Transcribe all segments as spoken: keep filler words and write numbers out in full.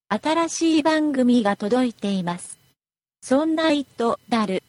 新しい番組が届いています。そんな糸だる。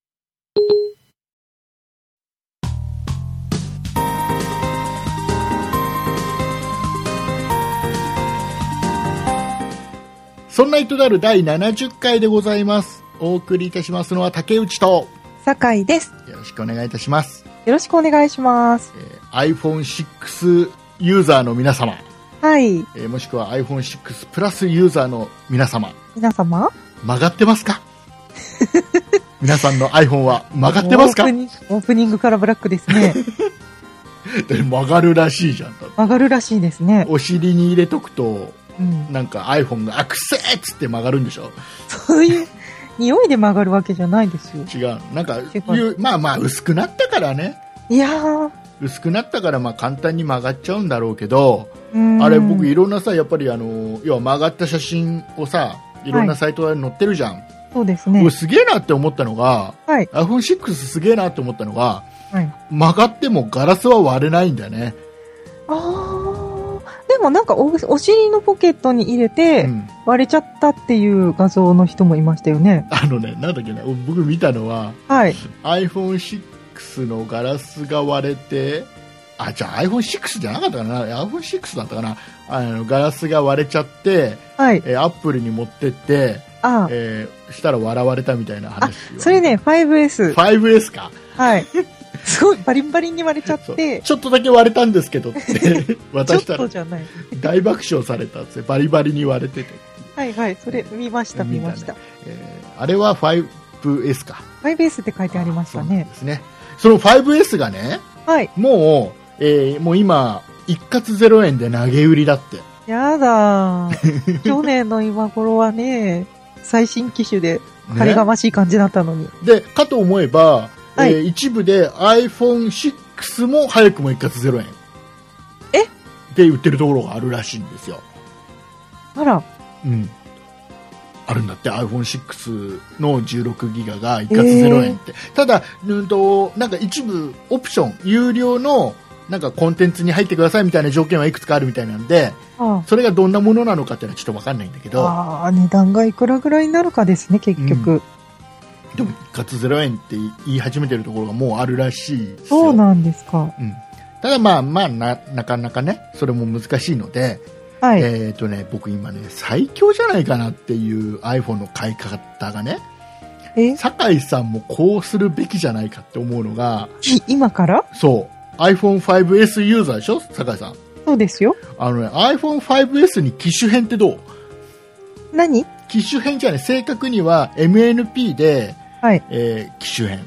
そんな糸だるだいななじゅっかいでございます。お送りいたしますのは竹内と酒井です。 よろしくお願いいたします。 よろしくお願いします。 えー、アイフォンシックス ユーザーの皆様、 はい、 えー、もしくは アイフォンシックス プラスユーザーの皆様、 皆様曲がってますか？皆さんの iPhone は曲がってますか？ オープニング、オープニングからブラックですね。 で曲がるらしいじゃん。 曲がるらしいですね。 お尻に入れとくと、 うん、 なんか iPhone があくせーっつって曲がるんでしょ。 そういう匂いで曲がるわけじゃないですよ。 違う。なんかまあまあ薄くなったからね。 いやー、 薄くなったからまあ簡単に曲がっちゃうんだろうけど、あれ僕いろんなさ、やっぱりあの要は曲がった写真をさ、いろんなサイトで載ってるじゃん、はい、 そうですね。 すげえなって思ったのが、はい、アイフォンシックス すげえなって思ったのが、はい、曲がってもガラスは割れないんだよね。あー、でもなんか お, お尻のポケットに入れて割れちゃったっていう画像の人もいましたよね、 うん、あのね、なんだっけな、僕見たのは、はい、アイフォンシックス のガラスが割れて、あ、じゃあ アイフォンシックス じゃなかったかな、 アイフォンシックス だったかな、あのガラスが割れちゃって、はい、えー、アップルに持ってって、ああ、えー、したら笑われたみたいな話。あ、 それね ファイブエスファイブエス か、 はいすごいバリンバリンに割れちゃってちょっとだけ割れたんですけどって渡したらちょっとじゃない大爆笑されたんですよ。バリバリに割れてて、 はいはい、それ見ました見ました、ね、 えー、あれは ファイブエス か、 ファイブエス って書いてありましたね。 ですね。その ファイブエス がね、はい、もう、えー、もう今一括ゼロえんで投げ売りだって。やだー去年の今頃はね最新機種で晴れがましい感じだったのに、ね、 でかと思えば、はい、えー、一部で アイフォンシックス も早くも一括ゼロえんえで売ってるところがあるらしいんですよ。 あら、 うん、あるんだって。 アイフォンシックス のじゅうろくギガが一括ゼロえんって、えー、ただ、うんと、なんか一部オプション有料のなんかコンテンツに入ってくださいみたいな条件はいくつかあるみたいなんで、ああ、それがどんなものなのかっていうのはちょっと分かんないんだけど、 ああ、値段がいくらぐらいになるかですね結局、うん、 でも一括ゼロえんって言い始めてるところがもうあるらしいですよ。 そうなんですか、 うん、ただまあまあ な, なかなかねそれも難しいので、はい、えーとね、僕今ね最強じゃないかなっていう iPhone の買い方がね、え酒井さんもこうするべきじゃないかって思うのが、 今からそう アイフォンファイブエス ユーザーでしょ酒井さん。 そうですよ。 あのね アイフォンファイブエス に機種変ってどう？ 何？ 機種変じゃない、正確には エムエヌピー で、はい、えー、機種変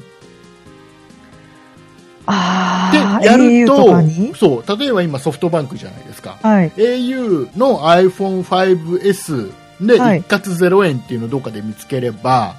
あでやると、そう例えば今ソフトバンクじゃないですか、はい、エーユー の アイフォンファイブエス で一括ゼロえんっていうのをどっかで見つければ、はい、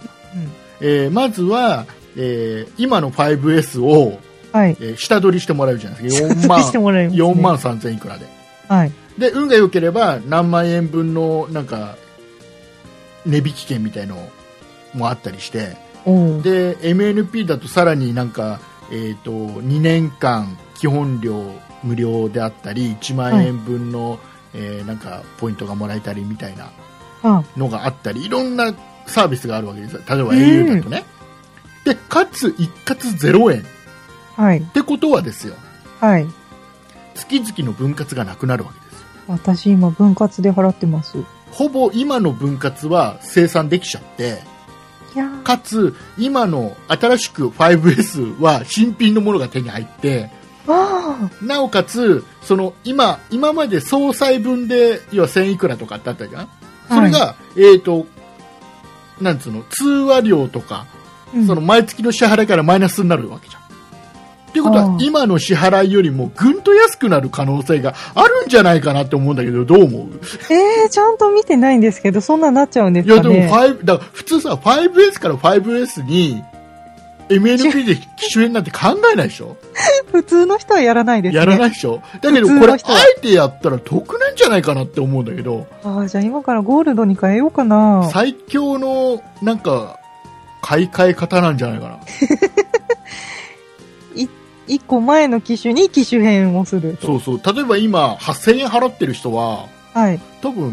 えー、まずは、えー、今の ファイブエス を、はい、えー、下取りしてもらえるじゃないですか。よんまん、ね、よんまんさんぜんいくらで、はい、で運が良ければ何万円分のなんか値引き券みたいのもあったりして、で エムエヌピー だとさらになんか、えー、とにねんかん基本料無料であったりいちまんえん分の、はい、えー、なんかポイントがもらえたりみたいなのがあったり、いろんなサービスがあるわけです。例えば エーユー だとね、でかつ一括ゼロえん、はい、ってことはですよ、はい、月々の分割がなくなるわけですよ。 私今分割で払ってます。 ほぼ今の分割は生産できちゃって、かつ今の新しく ファイブエス は新品のものが手に入って、なおかつその 今, 今まで総裁分で要はせんいくらとかってあったじゃん。それが、はい、えーとなんつうの通話料とか、うん、その毎月の支払いからマイナスになるわけじゃん。っていうことは今の支払いよりもぐんと安くなる可能性があるんじゃないかなって思うんだけど、どう思う？ えー、ちゃんと見てないんですけど、そんなになっちゃうんですかね。 いやでも5だから普通さ ファイブエス から ファイブエス に エムエヌピー で機種変なんて考えないでしょ。 普通の人はやらないですね。 やらないでしょ。だけどこれあえてやったら得なんじゃないかなって思うんだけど。 ああ、じゃあ今からゴールドに変えようかな。 最強のなんか買い替え方なんじゃないかな。 いっこまえの機種に機種変をすると。 そうそう。例えば今はっせんえん払ってる人は、はい、多分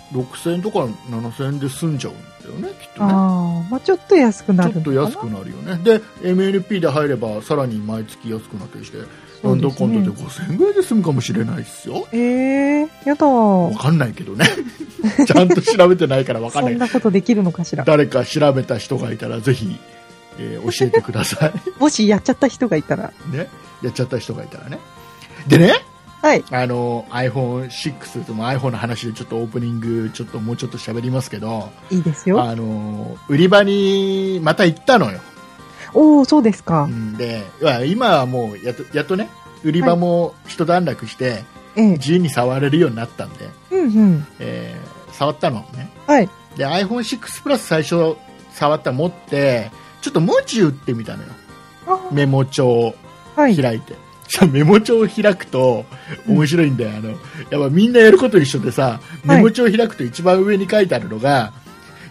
ろくせんえんとかななせんえんで済んじゃうんだよね、きっとね。 ああ、まあちょっと安くなるのかな。 ちょっと安くなるよね。で エムエヌピー で入ればさらに毎月安くなったりして、なんだかんだでごせんえんぐらいで済むかもしれないですよ。 ええー、やだわかんないけどねちゃんと調べてないからわかんない。 そんなことできるのかしら。 誰か調べた人がいたらぜひ、えー、教えてくださいもしやっちゃった人がいたらね、やっちゃった人がいたらね。でね、 はい、 あの アイフォンシックス とも iPhone の話でちょっとオープニングちょっともうちょっと喋りますけど、 いいですよ。 あの売り場にまた行ったのよ。 おお、そうですか。 で、今はもうやっと、やっとね、売り場も一段落して、はい、自由に触れるようになったんで、 うんうんえー、触ったのね。 はい。 で アイフォンシックス プラス最初触った持ってちょっと文字打ってみたのよ。メモ帳を開いて、はい、メモ帳を開くと面白いんだよ、うん、あのやっぱみんなやること一緒でさ、メモ帳を開くと一番上に書いてあるのが、はい、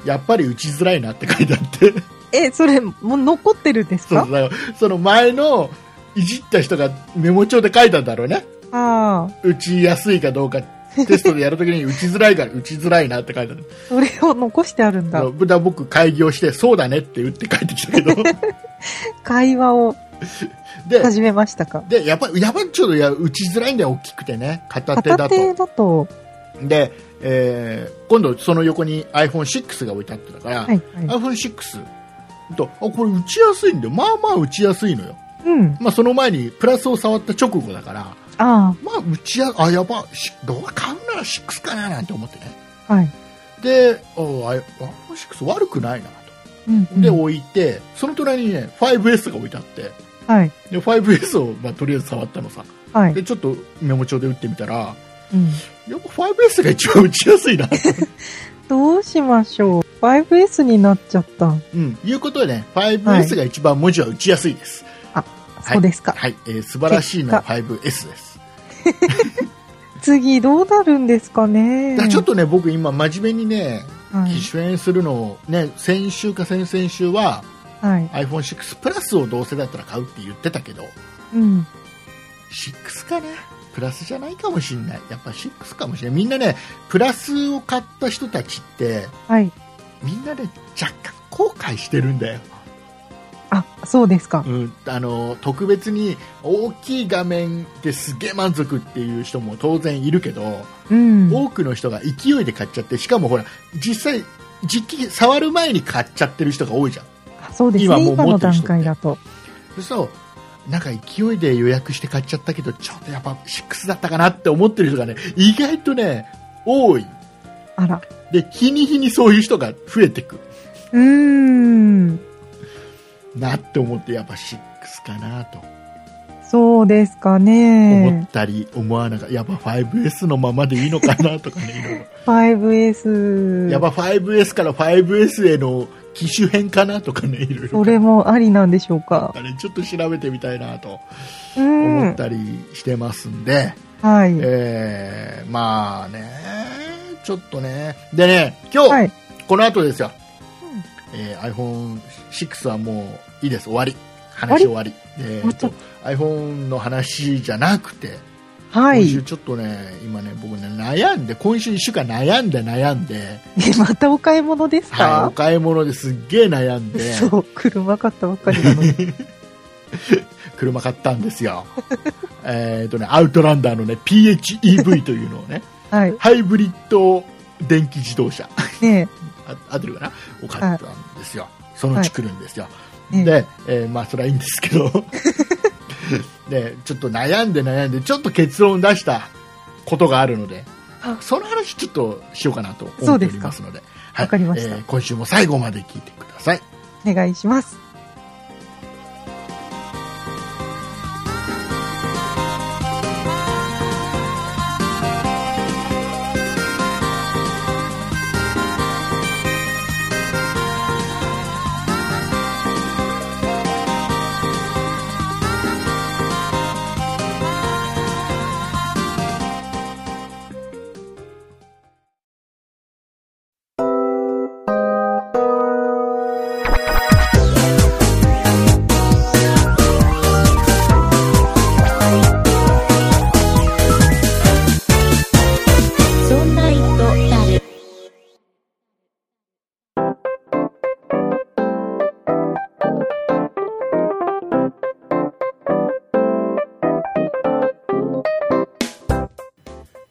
やっぱり打ちづらいなって書いてあってえ、それもう残ってるんですか？ そうだよ、その前のいじった人がメモ帳で書いたんだろうね。あ、打ちやすいかどうかテストでやるときに打ちづらいから打ちづらいなって書いてある。 それを残してあるんだ。 だ僕開業してそうだねって打って帰ってきたけど会話を始めましたか？ でやっぱりやっぱりちょっとや打ちづらいんだよ、大きくてね、片手だと。 片手だとで、えー、今度その横に アイフォンシックス が置いてあってたから、はいはい、アイフォンシックス とあこれ打ちやすいんだよ、まあまあ打ちやすいのよ。うん、まあその前にプラスを触った直後だから。あまあ打ちやあやばどう買うならろくかななんて思ってね。はい。で、あ アイフォンシックス 悪くないなと。うんうん、で置いてその隣にね ファイブエス が置いてあって、はい。で ファイブエス をまあとりあえず触ったのさ。はい。でちょっとメモ帳で打ってみたら、うん、やっぱ ファイブエス が一番打ちやすいなと。 どうしましょう。ファイブエス になっちゃった。 うん。いうことでね ファイブエス が一番文字は打ちやすいです。 はい、あ、そうですか。 はい。はい、えー、素晴らしいのは ファイブエス です。 次どうなるんですかね。 ちょっとね僕今真面目にね、はい、機種変するのをね、先週か先々週は、はい、アイフォンシックス プラスをどうせだったら買うって言ってたけど、うん、シックスかね、プラスじゃないかもしれない。やっぱシックスかもしれない。みんなねプラスを買った人たちって、はい、みんなで、ね、若干後悔してるんだよ。 あ、そうですか。 うん、あの特別に大きい画面ですげえ満足っていう人も当然いるけど、うん、多くの人が勢いで買っちゃって、しかもほら実際実機触る前に買っちゃってる人が多いじゃん。 あ、そうですね。今もう持ってる人って、今の段階だと。 そうするとなんか勢いで予約して買っちゃったけどちょっとやっぱろくだったかなって思ってる人がね意外とね多い。 あら。 で日に日にそういう人が増えてく。 うーん。 なって思って、やっぱろくかなと。 そうですかね。 思ったり思わなかった。やっぱ ファイブエス のままでいいのかなとかね、いろいろ。 ファイブエス。 やっぱ ファイブエス から ファイブエス への機種変かなとかね、いろいろ。 それもありなんでしょうか。 あれちょっと調べてみたいなと思ったりしてますんで、 はい。 えー、まあね、ちょっとね。でね、今日、はい、この後ですよ。えー、アイフォンシックス はもういいです、終わり、話終わり。えー、と iPhone の話じゃなくて、はい、今週ちょっとね今ね僕ね悩んで、今週いっしゅうかん悩んで悩んでまたお買い物ですか？ はい、お買い物ですっげえ悩んで、 そう、車買ったばっかりなのに車買ったんですよえっとねアウトランダーのね ピーエイチイーブイ というのをね、はい、ハイブリッド電気自動車ねあ合ってるかなを買ったんですよ、はい、そのうち来るんですよ、はい、で、えー、まあそれはいいんですけどでちょっと悩んで悩んでちょっと結論出したことがあるので、その話ちょっとしようかなと思っておりますので、 はい、わかりました、 えー、今週も最後まで聞いてください。 お願いします。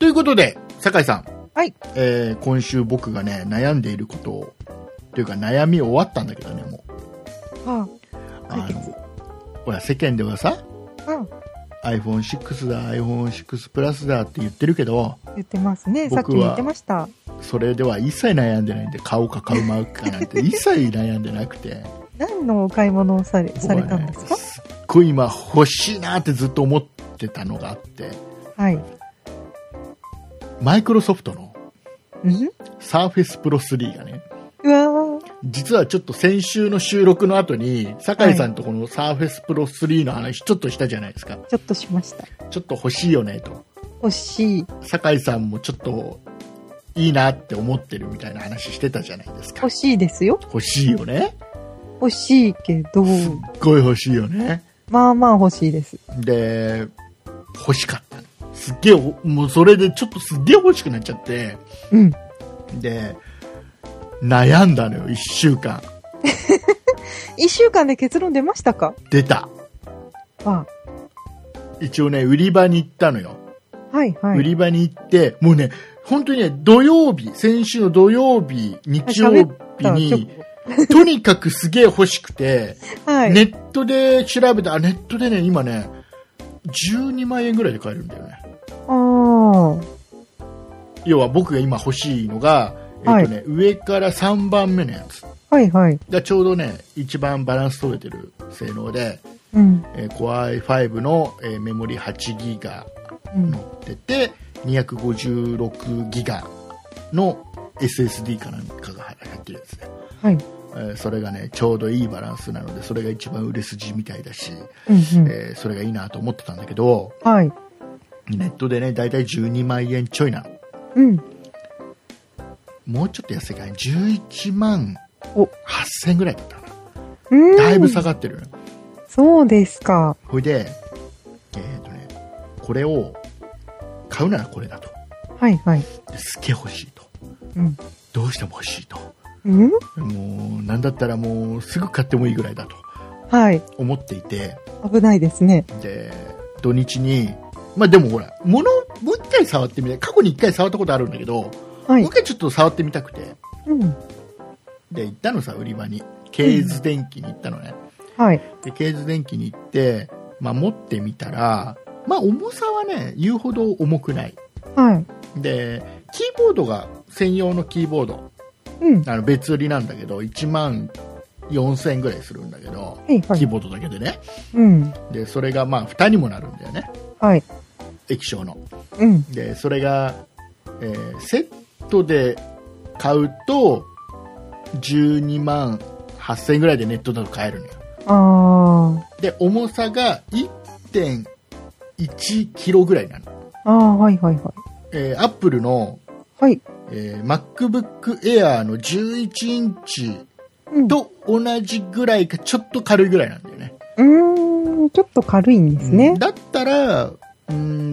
ということで、酒井さん。 はい。 えー、今週僕がね、悩んでいることを、というか悩み終わったんだけどね、もう。はあ、あの、ほら、世間ではさ、うん、アイフォンシックス だ、アイフォンシックス プラスだって言ってるけど、 言ってますね。さっき言ってました。 それでは一切悩んでないんで、買おうか買うまうかなんて一切悩んでなくて。 何のお買い物をされ、されたんですか？ すっごい今欲しいなってずっと思ってたのがあって。はい。マイクロソフトのサーフェスプロスリーがね、うわ実はちょっと先週の収録の後に酒井さんとこのサーフェスプロスリーの話ちょっとしたじゃないですか。 ちょっとしました。 ちょっと欲しいよねと。 欲しい。 酒井さんもちょっといいなって思ってるみたいな話してたじゃないですか。 欲しいですよ。 欲しいよね。 欲しいけど。すっごい欲しいよね。 まあまあ欲しいです。 で、欲しかったの。すっげえ、もうそれでちょっとすっげえ欲しくなっちゃって。うん。で、悩んだのよ、一週間。 一週間で結論出ましたか？ 出た。ああ。一応ね、売り場に行ったのよ。はいはい。売り場に行って、もうね、本当にね、土曜日、先週の土曜日、日曜日に、とにかくすげえ欲しくて、はい、ネットで調べた、あ、ネットでね、今ね、じゅうにまんえんぐらいで買えるんだよね。ああ。要は僕が今欲しいのが、えっとね、はい、上からさんばんめのやつ。はいはい。がちょうどね、一番バランス取れてる性能で、うん、えー、Core アイファイブ の、えー、メモリはちギガ乗ってて、うん、にひゃくごじゅうろくギガの エスエスディー かなんかが入ってるやつね。はい。えー、それがね、ちょうどいいバランスなので、それが一番売れ筋みたいだし、うんうん、えー、それがいいなと思ってたんだけど、はい。ネットでね、だいたいじゅうにまんえんちょいなの。うん。もうちょっと安いから、ね、じゅういちまんはっせんえんぐらいだったかな。うん。だいぶ下がってる。 そうですか。 ほいで、えっとね、これを買うならこれだと。はいはい。すっげえ欲しいと。うん。どうしても欲しいと。うん。もう、なんだったらもうすぐ買ってもいいぐらいだと。はい。思っていて。 危ないですね。 で、土日に、まあでもほら、物、もう一回触ってみたい。過去に一回触ったことあるんだけど、はい、もう一回ちょっと触ってみたくて。うん。で、行ったのさ、売り場に。ケーズ電機に行ったのね。うん、はい。で、ケーズ電機に行って、まあ持ってみたら、まあ重さはね、言うほど重くない。はい。で、キーボードが専用のキーボード。うん。あの別売りなんだけど、いちまんよんせんえんぐらいするんだけど、はいはい、キーボードだけでね。うん。で、それがまあ蓋にもなるんだよね。はい。液晶の。うん。で、それが、えー、セットで買うと、じゅうにまんはっせんえんぐらいでネットだと買えるのよ。ああ。で、重さが いってんいちキロぐらいなの。 ああ、はいはいはい。 えー、アップルの、はい。えー、MacBook Air のじゅういちインチと同じぐらいか、ちょっと軽いぐらいなんだよね。 うーん、ちょっと軽いんですね。 うん、だったら、うん、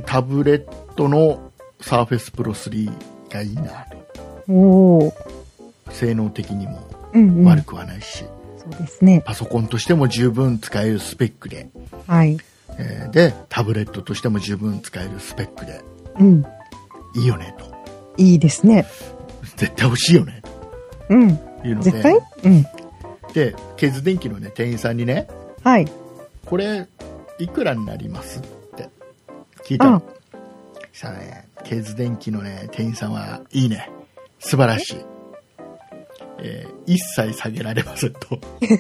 タブレットの Surface Pro スリーがいいなと。おー。性能的にも悪くはないし、 うんうん、そうですね。 パソコンとしても十分使えるスペックで、はい。えー、で、タブレットとしても十分使えるスペックで、うん。いいよねと。 いいですね。 絶対欲しいよねと。うん。いうので。絶対うん。で、ケーズ電機のね、店員さんにね、はい。これ、いくらになりますって聞いたの。そしたらね、ケーズ電機のね、店員さんはいいね。素晴らしい。えー、一切下げられませんと。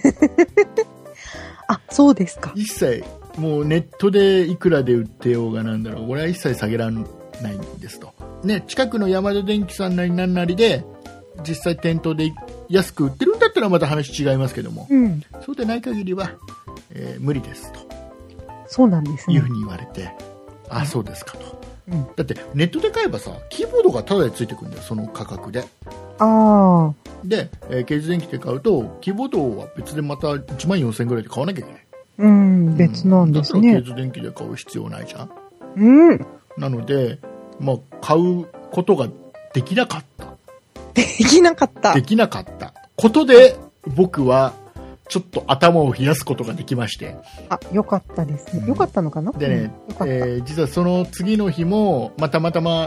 あ、そうですか。 一切、もうネットでいくらで売ってようがなんだろう、これは一切下げられないんですと。ね、近くの山田電機さんなりなんなりで、実際店頭で安く売ってるんだったらまた話違いますけども、うん、そうでない限りは、えー、無理ですと。 そうなんですね。 いうふうに言われて、あ、うん、そうですかと。うん、だってネットで買えばさ、キーボードがタダでついてくるんだよ、その価格で。ああ。で、えー、ケーズ電機で買うと、キーボードは別でまたいちまんよんせんえんぐらいで買わなきゃいけない。 うん、別なんですね。 だからケーズ電機で買う必要ないじゃん。うん。なので、まあ、買うことができなかった。 できなかった。 できなかったことで、僕は、ちょっと頭を冷やすことができまして。 あ、よかったですね。よかったのかな。 でね、うん、えー、実はその次の日も、またまたま、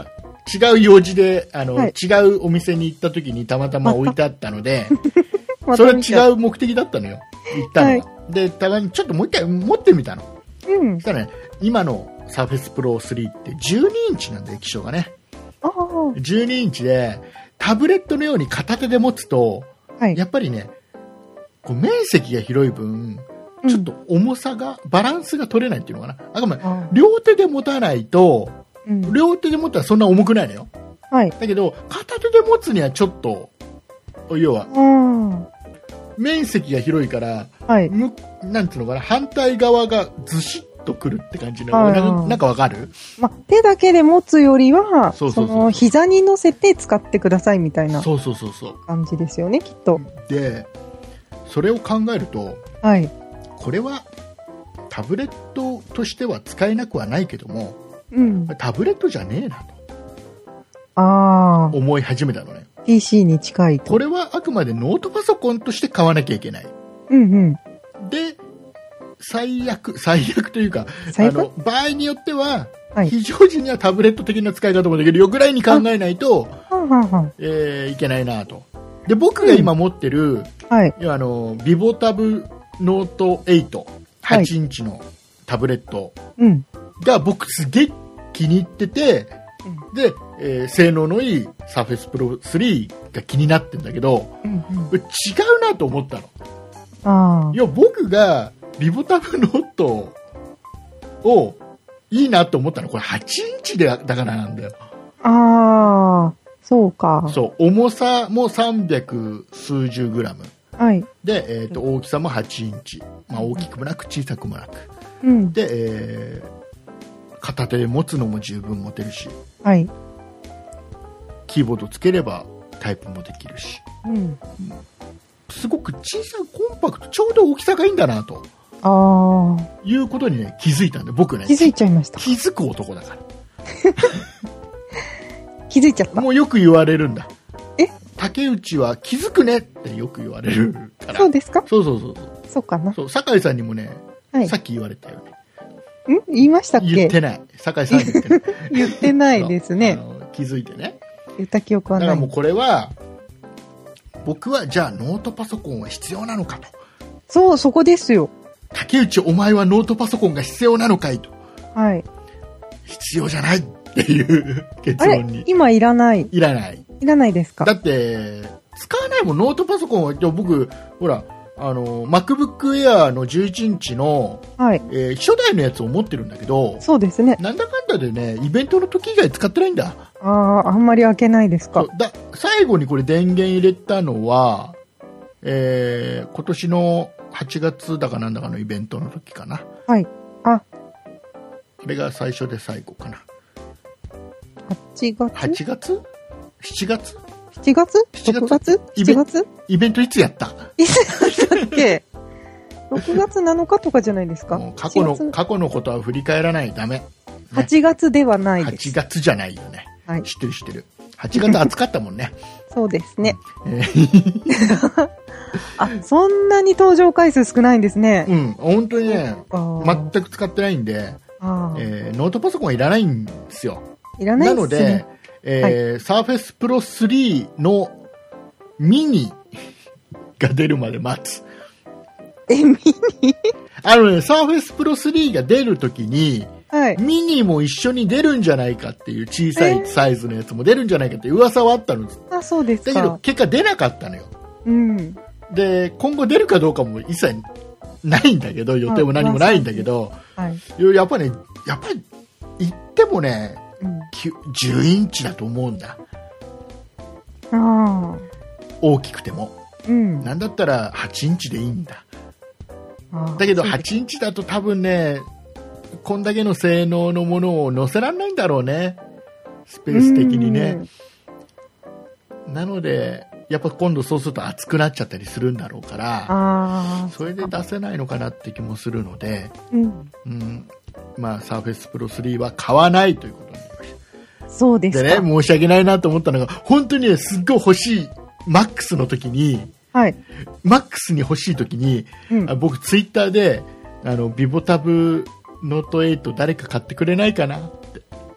違う用事であの、はい、違うお店に行った時にたまたま置いてあったので、ま、それは違う目的だったのよ、行ったのは、はい、でたまにちょっともう一回持ってみたの、うん、そしたらね、今のサーフェスプロスリーってじゅうにインチなんだよ、液晶がね。あじゅうにインチでタブレットのように片手で持つと、はい、やっぱりね、こう面積が広い分ちょっと重さが、うん、バランスが取れないっていうのかな。あくまで両手で持たないと、うん、両手で持ったらそんな重くないのよ、はい、だけど片手で持つにはちょっと、要は、うん、面積が広いから、はい、なんていうのかな、反対側がずしっとくるって感じの、はい、なんなんかわかる？ ま、手だけで持つよりは、そうそうそうそう、その膝に乗せて使ってくださいみたいな感じですよね、きっと。 で、それを考えると、はい、これはタブレットとしては使えなくはないけども、うん、タブレットじゃねえなとあ思い始めたのね。 ピーシー に近いと。 これはあくまでノートパソコンとして買わなきゃいけない、うんうん、で最悪最悪というか、あの場合によっては、はい、非常時にはタブレット的な使い方もできるよぐらいに考えないと、えー、いけないなと。で僕が今持ってる、うん、はい、あのビボタブノートエイト、はちインチのタブレットが僕すげえ気に入ってて、うん、で、えー、性能のいい Surface Pro スリーが気になってんだけど、うんうん、違うなと思ったの。あ、いや僕がビボタブノートをいいなと思ったのこれはちインチでだからなんだよ。 ああ、そうか。 そう、重さもさんびゃく数十グラム。はい、で、えー、と大きさもはちインチ、まあ、大きくもなく小さくもなく、うん、で、えー、片手で持つのも十分持てるし、はい、キーボードつければタイプもできるし、うん、すごく小さいコンパクト、ちょうど大きさがいいんだなとあいうことに、ね、気づいたんで、僕ね気づいちゃいました。 気づく男だから気づいちゃった。 もうよく言われるんだ。え、竹内は気づくねってよく言われるから。 そうですか？ そうそうそうそう。 そうかな。 そう、酒井さんにもね、はい、さっき言われたよね。 ん？言いましたっけ？ 言ってない。酒井さん言ってない。 言ってないですね。 気づいてね。 言った記憶はない。 だからもうこれは、僕はじゃあノートパソコンは必要なのかと。 そう、そこですよ。 竹内、お前はノートパソコンが必要なのかいと。はい。必要じゃないっていう結論に。 今いらない。 いらない。 いらないですか？ だって使わないもん、ノートパソコンは。僕ほら、あの MacBook Air のじゅういちインチの、はい、えー、初代のやつを持ってるんだけど、 そうですね、 なんだかんだでね、イベントの時以外使ってないんだ。 ああ、あんまり開けないですか？ だ最後にこれ電源入れたのは、えー、今年のはちがつだかなんだかのイベントの時かな。はい。あ、これが最初で最後かな。 はちがつ ?はちがつ ?しちがつ ?しちがつ ?しちがつ ?しちがつイベントいつやった？ いつだっけろくがつなのかとかじゃないですか？ 過去の、過去のことは振り返らないとダメ。ね、 はちがつではないです。 はちがつじゃないよね。はい、知ってる知ってる。はちがつ暑かったもんね。 そうですね。えー、あ、そんなに登場回数少ないんですね。 うん、本当にね、全く使ってないんで、えー、ノートパソコンはいらないんですよ。 いらないですね。 なので、えーはい、サーフェスプロスリーのミニが出るまで待つ。 え、ミニあのね、サーフェスプロスリーが出るときに、はい、ミニも一緒に出るんじゃないかっていう、小さいサイズのやつも出るんじゃないかっていう噂はあったのです。 あ、そうですか。 だけど結果出なかったのよ。うん。で、今後出るかどうかも一切ないんだけど、予定も何もないんだけど、はい、やっぱりね、やっぱり言ってもね、うん、じゅうインチだと思うんだ。あ、大きくても、うん、なんだったらはちインチでいいんだ。だけどはちインチだと多分ね、こんだけの性能のものを載せられないんだろうね、スペース的にね。なのでやっぱ今度そうすると熱くなっちゃったりするんだろうから、あ、それで出せないのかなって気もするので、うんうん、まあ Surface Pro スリーは買わないということになりました。 そうですか。 でね、申し訳ないなと思ったのが、本当にね、すっごい欲しい Max の時に、はい、Max に欲しい時に、うん、僕ツイッターであのビボタブノートエイト誰か買ってくれないかなって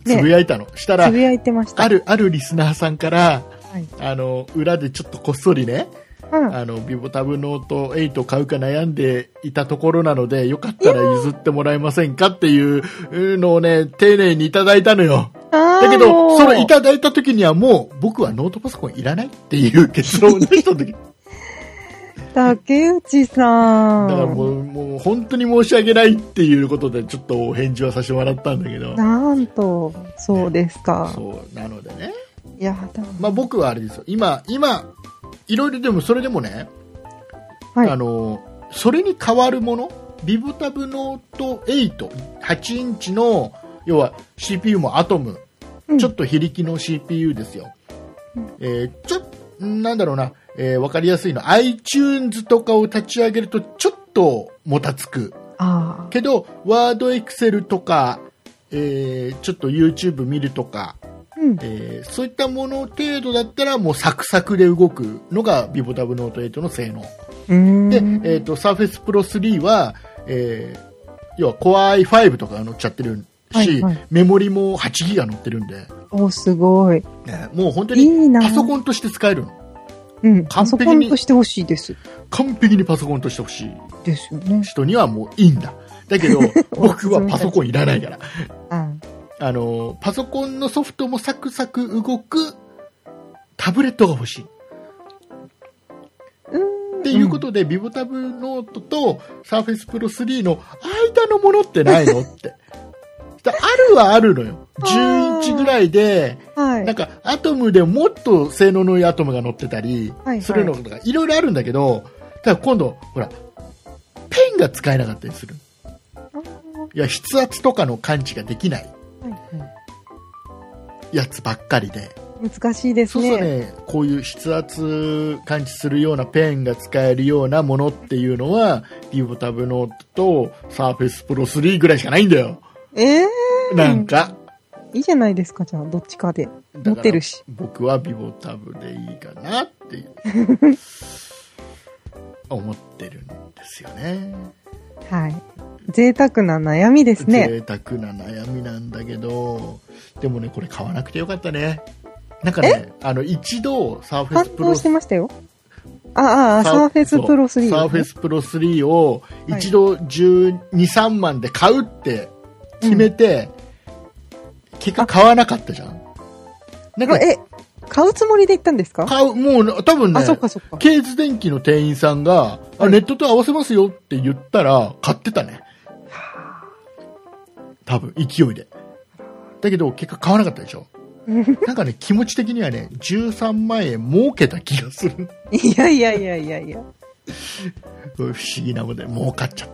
つぶやいたの、ね、したらつぶやいてました。 あるあるリスナーさんから、はい、あの裏でちょっとこっそりね、うん、あのビボタブノートエイト買うか悩んでいたところなのでよかったら譲ってもらえませんかっていうのをね丁寧にいただいたのよ。だけどそれいただいた時にはもう僕はノートパソコンいらないっていう結論を出した時竹内さんだからもう、もう本当に申し訳ないっていうことでちょっとお返事はさせてもらったんだけど、 なんとそうですか、 ね、そうなのでね、 いやだ、 まあ、僕はあれですよ今今いろいろでもそれでもね、はい、あのそれに代わるものビボタブノートエイトはちインチの要は シーピーユー もアトム、うん、ちょっと非力の シーピーユー ですよ、うんえー、ちょっとなんだろうな、えー、分かりやすいの iTunes とかを立ち上げるとちょっともたつくあけど Word、Excel とか、えー、ちょっと YouTube 見るとか、うんえー、そういったもの程度だったらもうサクサクで動くのがビボタブノートエイトの性能で、えー、と Surface Pro スリーは、えー、要は Core アイファイブ とか乗っちゃってるし、はいはい、メモリもはちギガ乗ってるんでおすごい、 ね、もう本当にパソコンとして使えるの。 うん、パソコンとしてほしいです。 完璧にパソコンとしてほしいですよね。 人にはもういいんだ。だけど僕はパソコンいらないから、うん、あのパソコンのソフトもサクサク動くタブレットが欲しい。うんっていうことで、うん、ビボタブノートと Surface Pro スリーの間のものってないのってあるはあるのよ。じゅうインチぐらいで、はい、なんかアトムでもっと性能のいいアトムが乗ってたりするのとかいろいろあるんだけど、ただ今度ほらペンが使えなかったりする。いや筆圧とかの感知ができないやつばっかりで難しいですね。 そうそうね、こういう筆圧感知するようなペンが使えるようなものっていうのはビボタブノートと Surface Pro スリーぐらいしかないんだよ。えー、なんかいいじゃないですか。じゃあどっちかで持ってるし僕はビボタブでいいかなっていう思ってるんですよね。 はい、贅沢な悩みですね。 贅沢な悩みなんだけどでもねこれ買わなくてよかったね。なんかねあの一度サーフェスプロ反応してましたよ。ああサーフェスプロスリー、 サーフェスプロスリーを一度じゅうに、さんまんで買うって決めて、うん、結果買わなかったじゃん。 なんかえ買うつもりで行ったんですか？ 買うもう多分ねケーズ電機の店員さんが、はい、あネットと合わせますよって言ったら買ってたね。多分勢いで。だけど結果買わなかったでしょ。なんかね気持ち的にはねじゅうさんまんえん儲けた気がする。 いやいやいやいやいや不思議なもんで儲かっちゃった。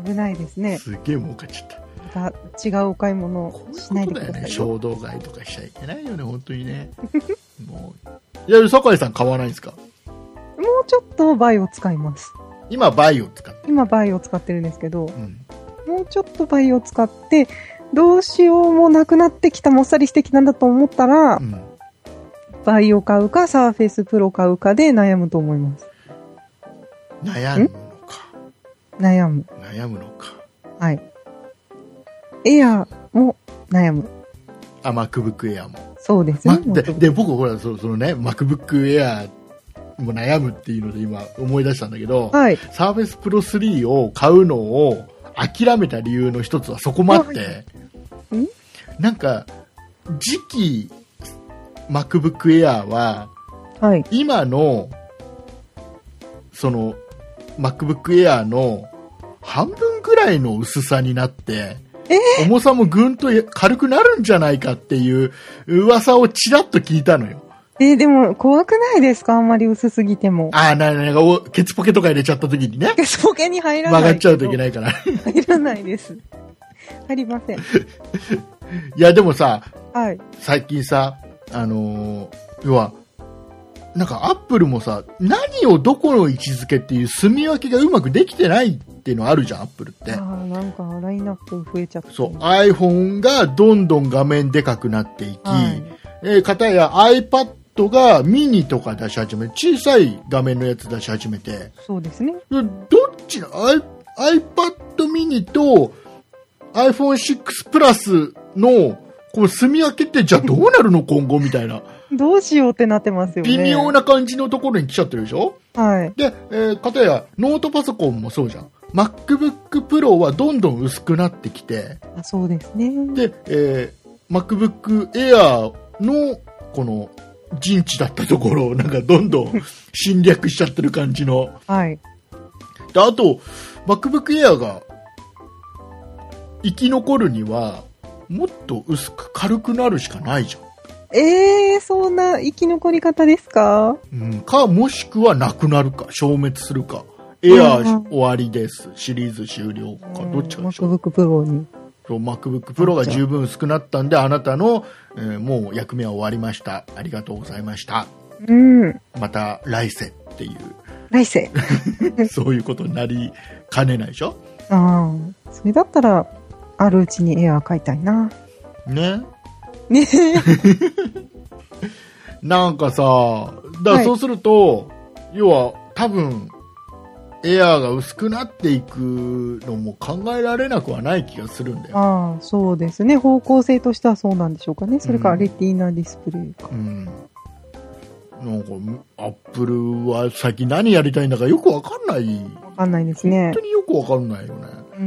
危ないですね。 すげえ儲かっちゃった。 また違うお買い物をしないでください。 こういうことだよね。衝動買いとかしちゃいけないよね本当にね。もういや酒井さん買わないんですか？ もうちょっとバイを使います。 今バイを使って今バイを使ってるんですけど、うん、もうちょっとバイを使ってどうしようもなくなってきた、もっさりしてきたんだと思ったら、うん、バイを買うかサーフェスプロ買うかで悩むと思います。 悩むのか。 悩む。 悩むのか。 はい。エアーも悩む。 あ、MacBook Air も。 そうですね。 ま、で, で僕ほらそのね MacBook Air も悩むっていうので今思い出したんだけど、はい、サーフェスプロスリーを買うのを諦めた理由の一つはそこもあって、んなんか次期 MacBook Air は、はい、今のその MacBook Air の半分ぐらいの薄さになって、えー、重さもぐんと軽くなるんじゃないかっていう噂をちらっと聞いたのよ。 えー、でも怖くないですか？あんまり薄すぎても。 ああ、なになにケツポケとか入れちゃった時にね。 ケツポケに入らない。 曲がっちゃうといけないから。 入らないです。入りません。いやでもさ、 はい、 最近さ、あのー、要はなんかアップルもさ、何をどこの位置づけっていう住み分けがうまくできてないっていうのあるじゃん、アップルって。 ああ、なんかラインナップ増えちゃって。 そう、iPhone がどんどん画面でかくなっていき、はい、えー、かたや iPad がミニとか出し始め、小さい画面のやつ出し始めて。 そうですね。 どっちの iPad mini と アイフォンシックス プラスのこれ住み分けってじゃあどうなるの今後みたいな。 どうしようってなってますよね。 微妙な感じのところに来ちゃってるでしょ。 はい。 で、えー、かたやノートパソコンもそうじゃん。MacBook Pro はどんどん薄くなってきて。 あ、そうですね。 で、えー、MacBook Air のこの陣地だったところをなんかどんどん侵略しちゃってる感じの。 はい。 で、あと、MacBook Air が生き残るにはもっと薄く軽くなるしかないじゃん。 えー、そんな生き残り方ですか？ うん、か、もしくはなくなるか、消滅するか。エアー終わりです。シリーズ終了か、どっちかでしょう。 MacBook Pro に。 そう、MacBook Pro が十分薄くなったんで、あなたの、えー、もう役目は終わりました。ありがとうございました。 うん。 また来世っていう。 来世そういうことになりかねないでしょ。 ああ。それだったら、あるうちにエアー買いたいな。 ね。 ねなんかさ、だからそうすると、はい、要は多分エアーが薄くなっていくのも考えられなくはない気がするんだよ。 ああ、そうですね。方向性としてはそうなんでしょうかね。それからレティーナディスプレイか。うん。 なんかアップルは先何やりたいんだかよくわかんない。 わかんないですね。 本当によくわかんないよね。 うん。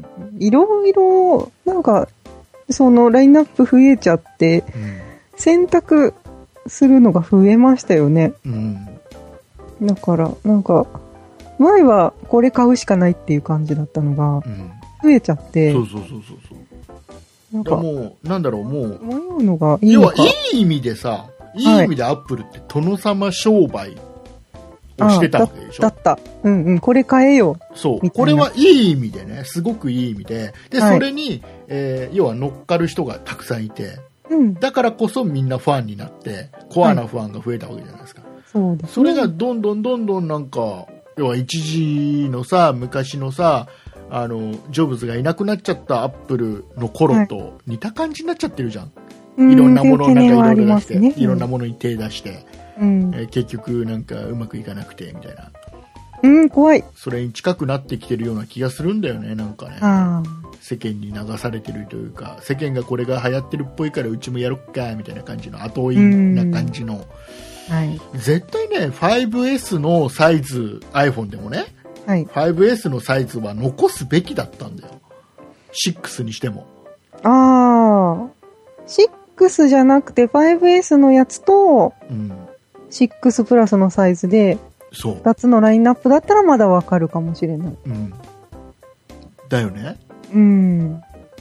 いろいろなんかそのラインナップ増えちゃって、うん、選択するのが増えましたよね。うん。だからなんか前はこれ買うしかないっていう感じだったのが、うん、増えちゃって。 そうそうそうそうそう。なんかもうなんだろう、もう迷うのがいいのか。 要はいい意味でさ、いい意味でアップルって殿様商売をしてたわけでしょ。 だった。うんうん。これ買えよ。 そう。これはいい意味でね、すごくいい意味で、で、はい、それに、えー、要は乗っかる人がたくさんいて、うん、だからこそみんなファンになって、コアなファンが増えたわけじゃないですか。はい、 そうですね。 それがどんどんどんどんなんか、要は一時のさ、昔のさ、あの、ジョブズがいなくなっちゃったアップルの頃と似た感じになっちゃってるじゃん。はい、いろんなものをなんかいろいろ出して、ね、いろんなものに手出して、うんえー、結局なんかうまくいかなくてみたいな。 うん、怖い。 それに近くなってきてるような気がするんだよね、なんかね。世間に流されてるというか、世間がこれが流行ってるっぽいからうちもやろっかみたいな感じの後追いな感じの。はい、絶対ね ファイブエス のサイズ iPhone でもね、はい、ファイブエス のサイズは残すべきだったんだよ。シックスにしても。 ああ、シックスじゃなくて ファイブエス のやつと、うん、シックスプラスのサイズでふたつのラインナップだったらまだわかるかもしれない。うん、 だよね。 うん。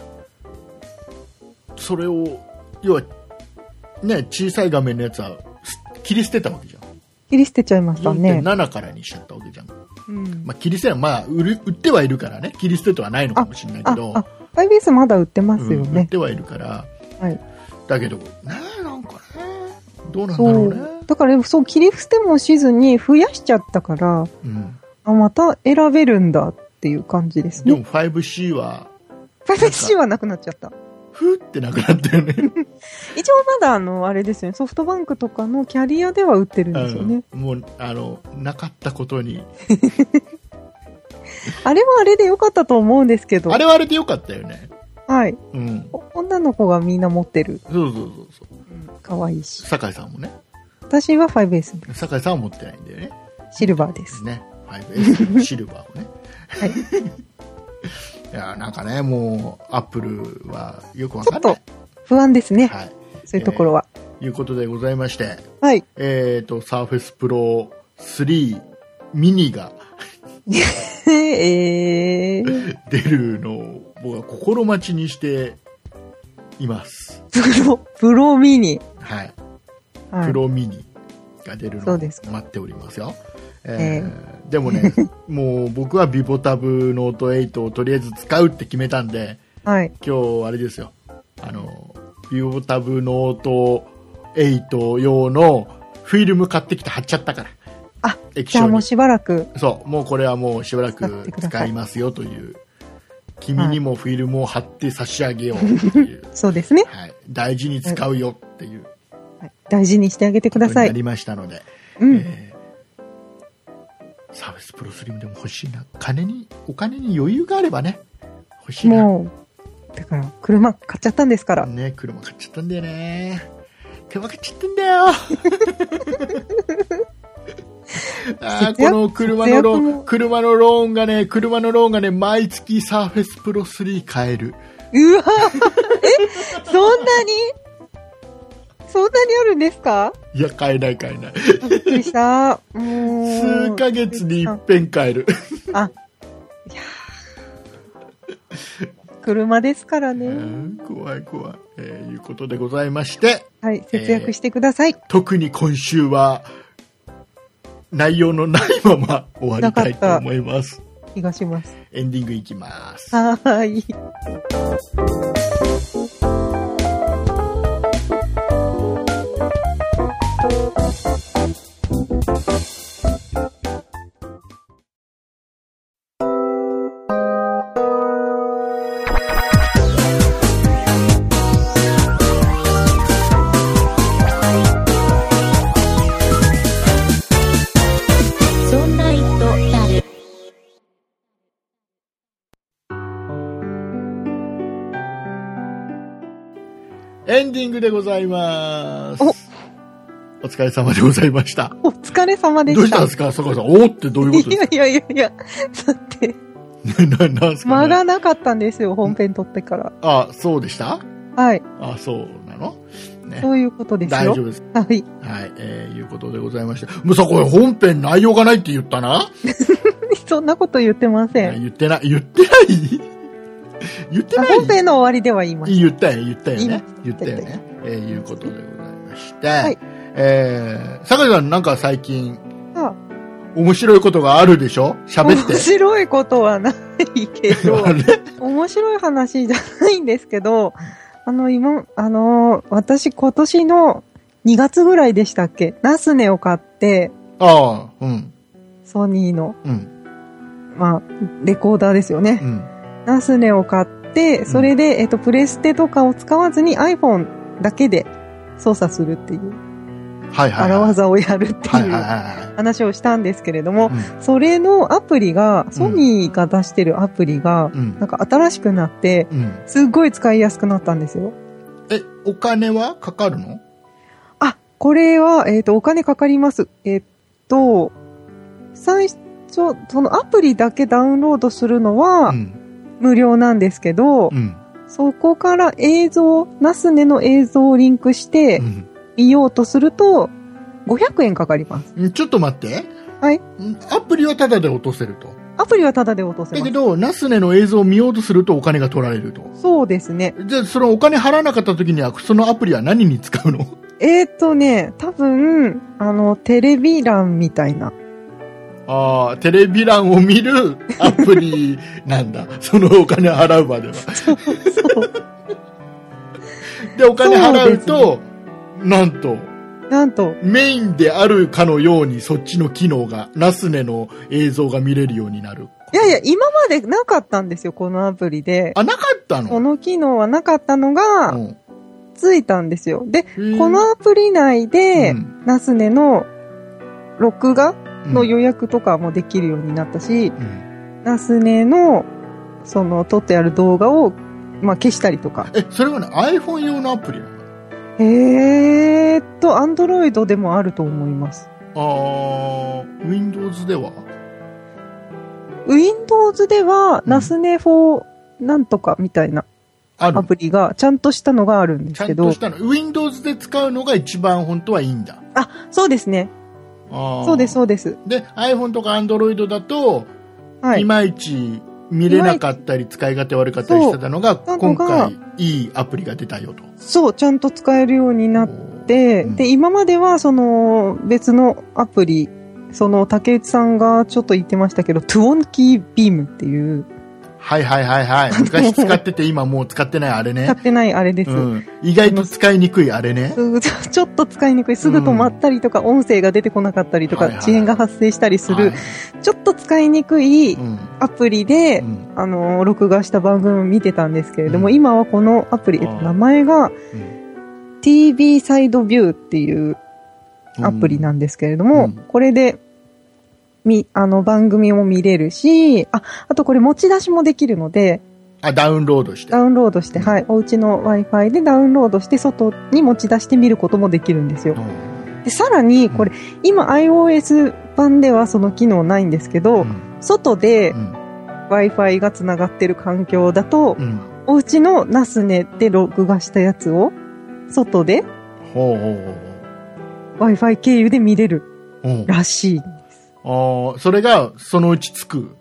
それを要はね、小さい画面のやつは切り捨てたわけじゃん。 切り捨てちゃいましたね。 よんてんなな からにしちゃったわけじゃん。うん、まあ切り捨てはまあ売る売ってはいるからね。切り捨てとはないのかもしれないけど。ああ、 ファイブエス まだ売ってますよね。うん、 売ってはいるから。はい。だけどね、なんかね、どうなんだろうね。 だからそう切り捨てもしずに増やしちゃったから、うん、あまた選べるんだっていう感じですね。 でも ファイブシー はファイブシー はなくなっちゃった。 ふーってなくなったよね。 一応まだあのあれですよね、ソフトバンクとかのキャリアでは売ってるんですよね。 うん、もうあのなかったことに。 あれはあれでよかったと思うんですけど。 あれはあれでよかったよね。 はい、うん、女の子がみんな持ってる。 そうそうそうそう、 うん、かわいいし。 酒井さんもね。 私は ファイブエス です。 酒井さんは持ってないんだよね。 シルバーですね。ファイブエス のシルバーをね。はい。いやなんかね、もうアップルはよくわかんない。ちょっと不安ですね。はい。そういうところは。 えー、いうことでございまして。 はい。 えっとサーフェスプロスリーミニがえー、 出るのを僕は心待ちにしています。 プロプロミニ。 はい。プロミニが出るのを待っておりますよ。えーえー、でもね、もう僕はビボタブノートエイトをとりあえず使うって決めたんで、はい、今日あれですよ、あのビボタブノートエイト用のフィルム買ってきて貼っちゃったから。 あ、じゃあもうしばらく。 そう、もうこれはもうしばらく使いますよという。君にもフィルムを貼って差し上げようという。 そうですね。 はい。大事に使うよっていう。 はい、大事にしてあげてください。 なりましたので。 うん。えーサーフェスプロスリムでも欲しいな。金に、お金に余裕があればね、欲しいな。 もう、 だから、車買っちゃったんですから。 ね、車買っちゃったんだよね。車買っちゃったんだよ。あこの車のローン、車のローンがね、車のローンがね、毎月サーフェスプロスリー買える。 うわえ、そんなにそんなにあるんですか？ いや、買えない買えない。 びっくりした。もう数ヶ月に一遍買える。 あ、いや車ですからね。 怖い怖い、えー。いうことでございまして。 はい、節約してください。 えー、特に今週は、内容のないまま終わりたいと思います。 気がします。 エンディングいきます。 はーい。 エンディングでございます。お、お疲れ様でございました。 お疲れ様でした。 どうしたんですか、坂井さん。おってどういうことですか？ いやいやいやいや、だって、ななんすかね、間がなかったんですよ、本編撮ってから。 あ、そうでした？ はい。 あ、そうなの、 ね、そういうことですよ。 大丈夫です。 はい。 はい、えー、いうことでございました。もうさ、これ本編内容がないって言ったな？ そんなこと言ってません。 言ってない、言ってない言ってない。 本編の終わりでは言いました。 言ったよ、言ったよね。言ったよね。えー、いうことでございまして。はい。えー、坂井さんなんか最近、ああ面白いことがあるでしょ？喋って。 面白いことはないけど、面白い話じゃないんですけど、あの、今、あの、私今年のにがつぐらいでしたっけ？ナスネを買って、 ああ、うん。 ソニーの、 うん。 まあ、レコーダーですよね。うん。ナスネを買って、それで、うん、えっと、プレステとかを使わずに iPhone だけで操作するっていう。 はいはい、はい。 荒技をやるっていう話をしたんですけれども、うん、それのアプリが、ソニーが出してるアプリが、うん、なんか新しくなって、うん、すっごい使いやすくなったんですよ。 え、お金はかかるの？ あ、これは、えっと、お金かかります。えっと、最初、そのアプリだけダウンロードするのは、うん無料なんですけど、うん、そこから映像、ナスネの映像をリンクして見ようとするとごひゃくえんかかります。 ちょっと待って。 はい。 アプリはタダで落とせると。 アプリはタダで落とせます。 だけど、ナスネの映像を見ようとするとお金が取られると。 そうですね。 じゃあ、そのお金払わなかった時には、そのアプリは何に使うの？ えーっとね、多分、あの、テレビ欄みたいな。 ああ、テレビ欄を見るアプリなんだ。そのお金払うまでは。そうそう。で、お金払うと、うね、なんと、 なんと、 メインであるかのようにそっちの機能が、ナスネの映像が見れるようになる。 いやいや、今までなかったんですよ、このアプリで。 あ、なかったの？ この機能はなかったのが、うん、ついたんですよ。で、このアプリ内で、うん、ナスネの録画の予約とかもできるようになったし、うん、ナスネのその撮ってある動画を、まあ、消したりとか。 え、それはね iPhone 用のアプリなの？ えーっと Android でもあると思います。 あー Windows では Windows では、うん、ナスネフォーなんとかみたいなアプリがちゃんとしたのがあるんですけど、 ちゃんとしたの Windows で使うのが一番本当はいいんだ。 あ、そうですね。そうですそうです。 で iPhone とか Android だと、はい、いまいち見れなかったり使い勝手悪かったりしてたのが今回いいアプリが出たよと。 そうちゃんと使えるようになって、うん、で今まではその別のアプリ、その竹内さんがちょっと言ってましたけどトゥオンキービームっていう、 はいはいはいはい。昔使ってて今もう使ってないあれね。 使ってないあれです。うん、 意外と使いにくいあれね。 ちょっと使いにくい。すぐ止まったりとか、うん、音声が出てこなかったりとか、はいはい、遅延が発生したりする、はい、ちょっと使いにくいアプリで、うん、あの、録画した番組を見てたんですけれども、うん、今はこのアプリ、えっと、名前が、うん、ティービー サイドビューっていうアプリなんですけれども、うん、これで、み、あの、番組も見れるし、あ、あとこれ持ち出しもできるので、 あ、ダウンロードして。 ダウンロードして、はい。お家の Wi-Fi でダウンロードして、外に持ち出して見ることもできるんですよ。うん、で、さらに、これ、うん、今 iOS 版ではその機能ないんですけど、うん、外で、うん、Wi-Fi がつながってる環境だと、うん、お家のナスネで録画したやつを、外で、ほうほうほう Wi-Fi 経由で見れるらしいんです。 ああ、それがそのうちつく。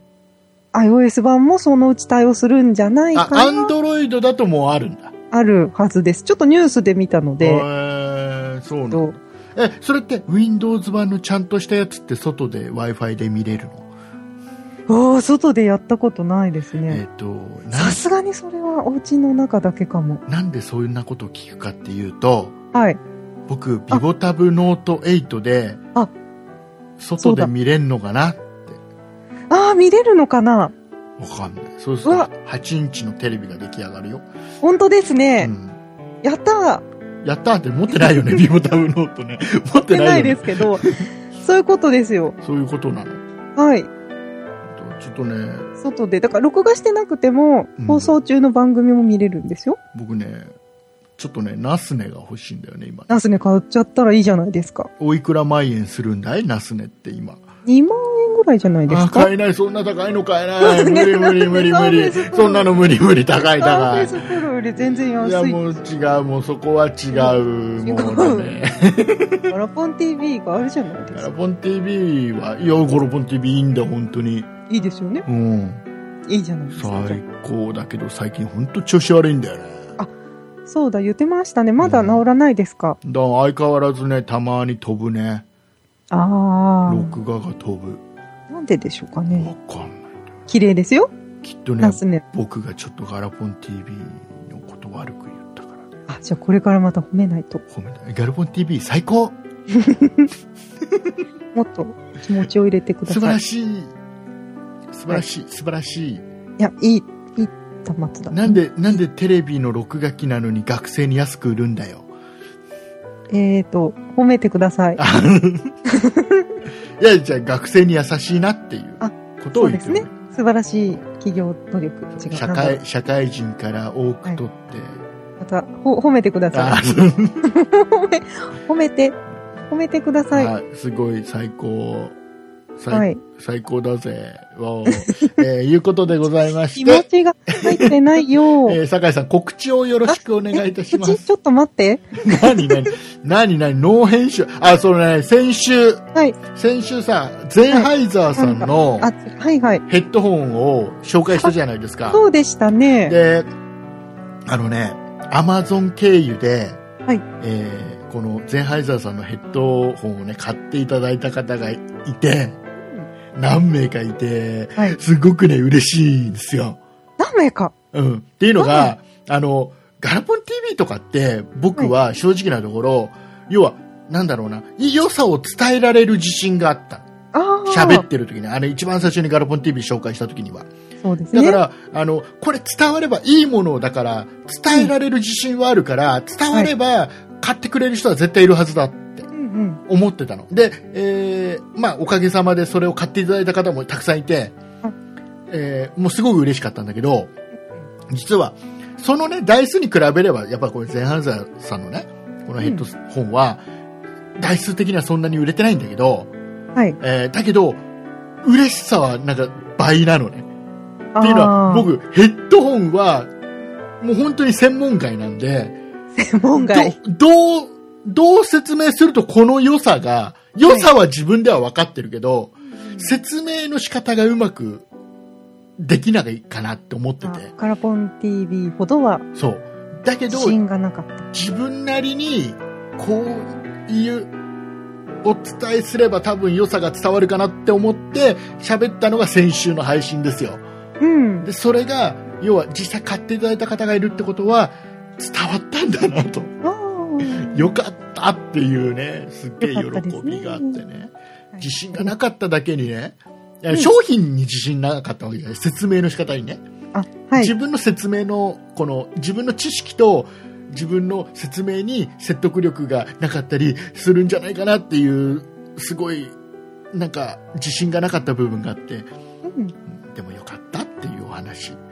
iOS 版もそのうち対応するんじゃないかな。 あ、Android だともうあるんだ。 あるはずです。ちょっとニュースで見たので。へー、そうなんだ。え、それって Windows 版のちゃんとしたやつって外で Wi-Fi で見れるの？ああ、外でやったことないですね。 えっと、 さすがにそれはお家の中だけかも。 なんでそういうなことを聞くかっていうと、 はい。 僕、ビボタブノートエイトで、あ、外で見れんのかなって。 ああ、見れるのかな？ わかんない。そうするとはちインチのテレビが出来上がるよ。 本当ですね。うん、やったー。 やったーって持ってないよね、ビボタブノートね。 持ってないよね。持ってないですけど、そういうことですよ。 そういうことなの。 はい。 ちょっとね。 外で、だから録画してなくても、うん、放送中の番組も見れるんですよ。 僕ね、ちょっとね、ナスネが欲しいんだよね、今。 ナスネ買っちゃったらいいじゃないですか。 おいくら万円するんだいナスネって今。 にまんえんぐらいじゃないですか。 あ、買えない、そんな高いの買えない。無理無理無理無理。そんなの無理無理、高い高い。 サーフェイスプロより全然安い。いや、 もう違う、もうそこは違う。 違う。もうね。ガラポン ティーブイ があるじゃないですか。 ガラポン ティーブイ は、いや、ガラポン ティーブイ いいんだ、本当に。 いいですよね。 うん。 いいじゃないですか。 最高だけど、最近本当調子悪いんだよね。 あ、そうだ、言ってましたね。まだ治らないですか。 うん、だから相変わらずね、たまに飛ぶね。 ああ。 録画が飛ぶ。 なんででしょうかね。 わかんない。 綺麗ですよ。 きっとね、ね僕がちょっとガラポン ティーブイ のこと悪く言ったからね。 あ、じゃあこれからまた褒めないと。 褒めない。ガラポン ティーブイ 最高もっと気持ちを入れてください。 素晴らしい。素晴らしい。はい、素晴らしい。いや、いい、いい端末だ、ね。 なんで、なんでテレビの録画機なのに学生に安く売るんだよ。 えーと、褒めてください。 いや、じゃあ学生に優しいなっていうことを言ってる、ね。そうですね。 素晴らしい企業努力。 違う。社会、社会人から多く取って。はい、 また、ほ、褒めてください。褒め、褒めて、褒めてください。 あ、すごい最高。最, はい、最高だぜ。えー、いうことでございまして。 気持ちが入ってないよ。 えー、酒井さん、告知をよろしくお願いいたします。 ちょっと待って。 何何何何ノー編集。あ、そのね、先週。はい。先週さ、ゼンハイザーさんの、 はい、あ、はいはい。 ヘッドホンを紹介したじゃないですか。 そうでしたね。 で、あのね、アマゾン経由で、 はい。 えー、このゼンハイザーさんのヘッドホンをね、買っていただいた方がいて、何名かいて、はい、すごくね、嬉しいんですよ。 何名かうん。っていうのが、あの、ガラポン ティーブイ とかって、僕は正直なところ、はい、要は、なんだろうな、良さを伝えられる自信があった。喋ってる時に、あの、一番最初にガラポン ティーブイ 紹介した時には。 そうですね。 だから、あの、これ伝わればいいものだから、伝えられる自信はあるから、うん、伝われば、買ってくれる人は絶対いるはずだ。思ってたので、えー、まあおかげさまでそれを買っていただいた方もたくさんいて、えー、もうすごく嬉しかったんだけど、実はそのね台数に比べればやっぱこれゼンハイザーさんのねこのヘッドホンは台数的にはそんなに売れてないんだけど、 はい、 えー、だけど嬉しさはなんか倍なのね。っていうのは僕ヘッドホンはもう本当に専門外なんで、 専門外どどうどう説明するとこの良さが、良さは自分では分かってるけど、はい、説明の仕方がうまくできないかなって思ってて。 ガラポン ティーブイ ほどは、 そう。だけど、 自信がなかった。 自分なりに、こういうお伝えすれば多分良さが伝わるかなって思って喋ったのが先週の配信ですよ。 うん。 で、それが、要は実際買っていただいた方がいるってことは、伝わったんだなと。よかったっていうね、すっげえ喜びがあってね、ね自信がなかっただけにね、うん、商品に自信なかったわけじゃない、説明の仕方にね、 あ、はい、 自分の説明のこの自分の知識と自分の説明に説得力がなかったりするんじゃないかなっていうすごいなんか自信がなかった部分があって、 うん、 でもよかったっていうお話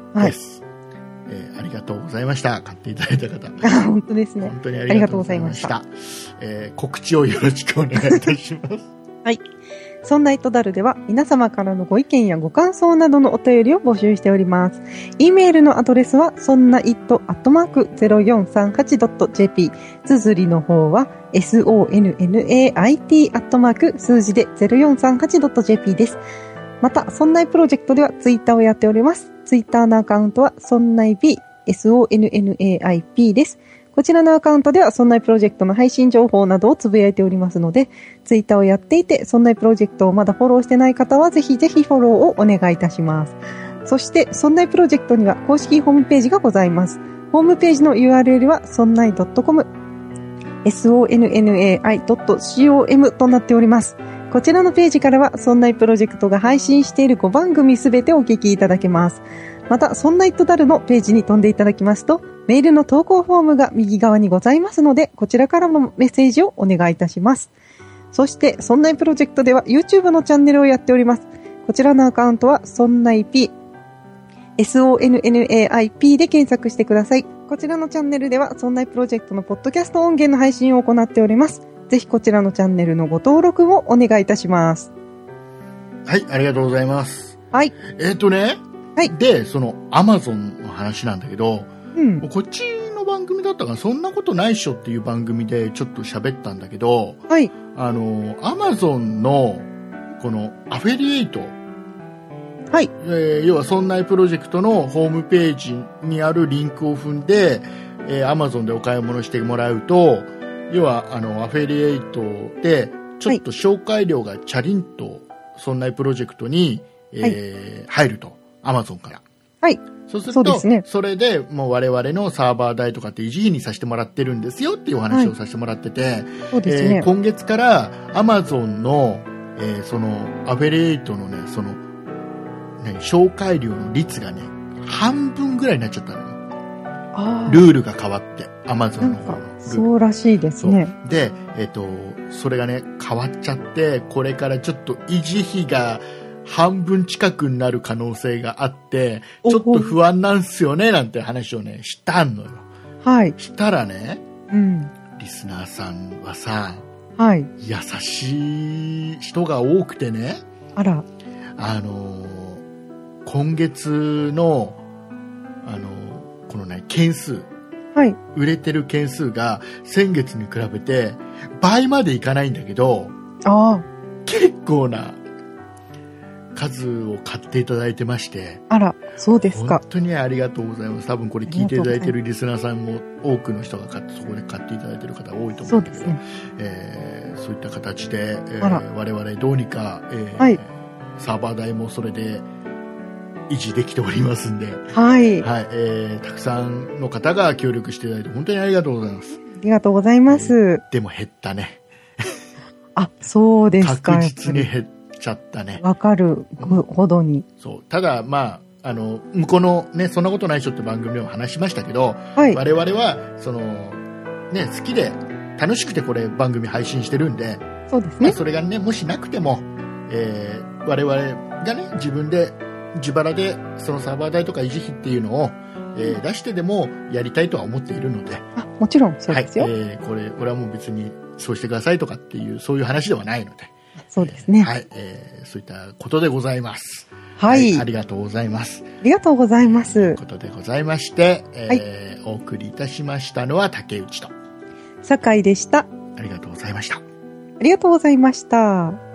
です。はい、えー、ありがとうございました。買っていただいた方。 あ、本当ですね。 本当にありがとうございました。えー、告知をよろしくお願いいたします。 はい。そんなイットダルでは皆様からのご意見やご感想などのお便りを募集しております。e メールのアドレスはそんな イット アットマーク ゼロよんさんはち ドット ジェーピー。綴りの方は ソンナイト アットマーク数字で ゼロよんさんはち ドット ジェーピー です。また、そんないプロジェクトではツイッターをやっております。ツイッターのアカウントはそんない P、ソンナイピー です。こちらのアカウントでは、そんないプロジェクトの配信情報などをつぶやいておりますので、ツイッターをやっていて、そんないプロジェクトをまだフォローしてない方は、ぜひぜひフォローをお願いいたします。そして、そんないプロジェクトには公式ホームページがございます。ホームページの ユーアールエル は、そんない ドットコム、ソンナイ ドットコム となっております。こちらのページからは、そんないプロジェクトが配信しているごばんぐみすべてお聞きいただけます。また、そんなイットダルのページに飛んでいただきますと、メールの投稿フォームが右側にございますので、こちらからもメッセージをお願いいたします。そして、そんないプロジェクトでは YouTube のチャンネルをやっております。こちらのアカウントは、そんない P、ソンナイピー で検索してください。こちらのチャンネルでは、そんないプロジェクトのポッドキャスト音源の配信を行っております。ぜひこちらのチャンネルのご登録をお願いいたします。 はい、ありがとうございます。 はい。 えっとね、はい。で、その Amazon の話なんだけど、うん、こっちの番組だったから、そんなことないっしょっていう番組でちょっと喋ったんだけど、 はい。 あの、Amazon のこのアフィリエイト、 はい。 えー、要はそんないプロジェクトのホームページにあるリンクを踏んで、えー、Amazon でお買い物してもらうと、要はあのアフィリエイトでちょっと紹介料がチャリンとそんないプロジェクトに、はい、えー、入ると Amazon から。 はい。 そうすると そ, うです、ね、それでもう我々のサーバー代とかって維持費にさせてもらってるんですよっていうお話をさせてもらってて、はい、そうですね、えー、今月から Amazon の、えー、そのアフィリエイトのねそのね紹介料の率がね半分ぐらいになっちゃったの。ルールが変わってアマゾンの方のルール。 そうらしいですね。 で、えっと、それがね変わっちゃってこれからちょっと維持費が半分近くになる可能性があってちょっと不安なんすよねなんて話をねしたのよ。 はい。 したらね、 うん、 リスナーさんはさ、 はい、 優しい人が多くてね。 あら。 あの今月のあのこのね件数、 はい、 売れてる件数が先月に比べて倍までいかないんだけど、 あ結構な数を買っていただいてまして。 あら、そうですか。 本当にありがとうございます。多分これ聞いていただいているリスナーさんも多くの人が買ってそこで買っていただいている方多いと思うんだけど、そうですね、えー、そういった形で、えー、我々どうにか、えーはい、サーバー代もそれで維持できておりますんで、 はい、 はい、えー、たくさんの方が協力していただいて本当にありがとうございます。 ありがとうございます。えー、でも減ったね。 あ、そうですか。 確実に減っちゃったね。 わかるほどに。 そう。ただまああの向こうのねそんなことないっしょって番組でも話しましたけど、 はい、 我々はそのね好きで楽しくてこれ番組配信してるんで、 そうですね。 まあ、それがねもしなくても、えー、我々がね自分で自腹でそのサーバー代とか維持費っていうのを、えー、出してでもやりたいとは思っているので。 あ、もちろんそうですよ。 はい、えー、これこれはもう別にそうしてくださいとかっていうそういう話ではないので。 そうですね。 はい、えー、そういったことでございます。 はい、 はい、ありがとうございます。 ありがとうございます。ということでございまして、えーはい、お送りいたしましたのは竹内と酒井でした。 ありがとうございました。ありがとうございました。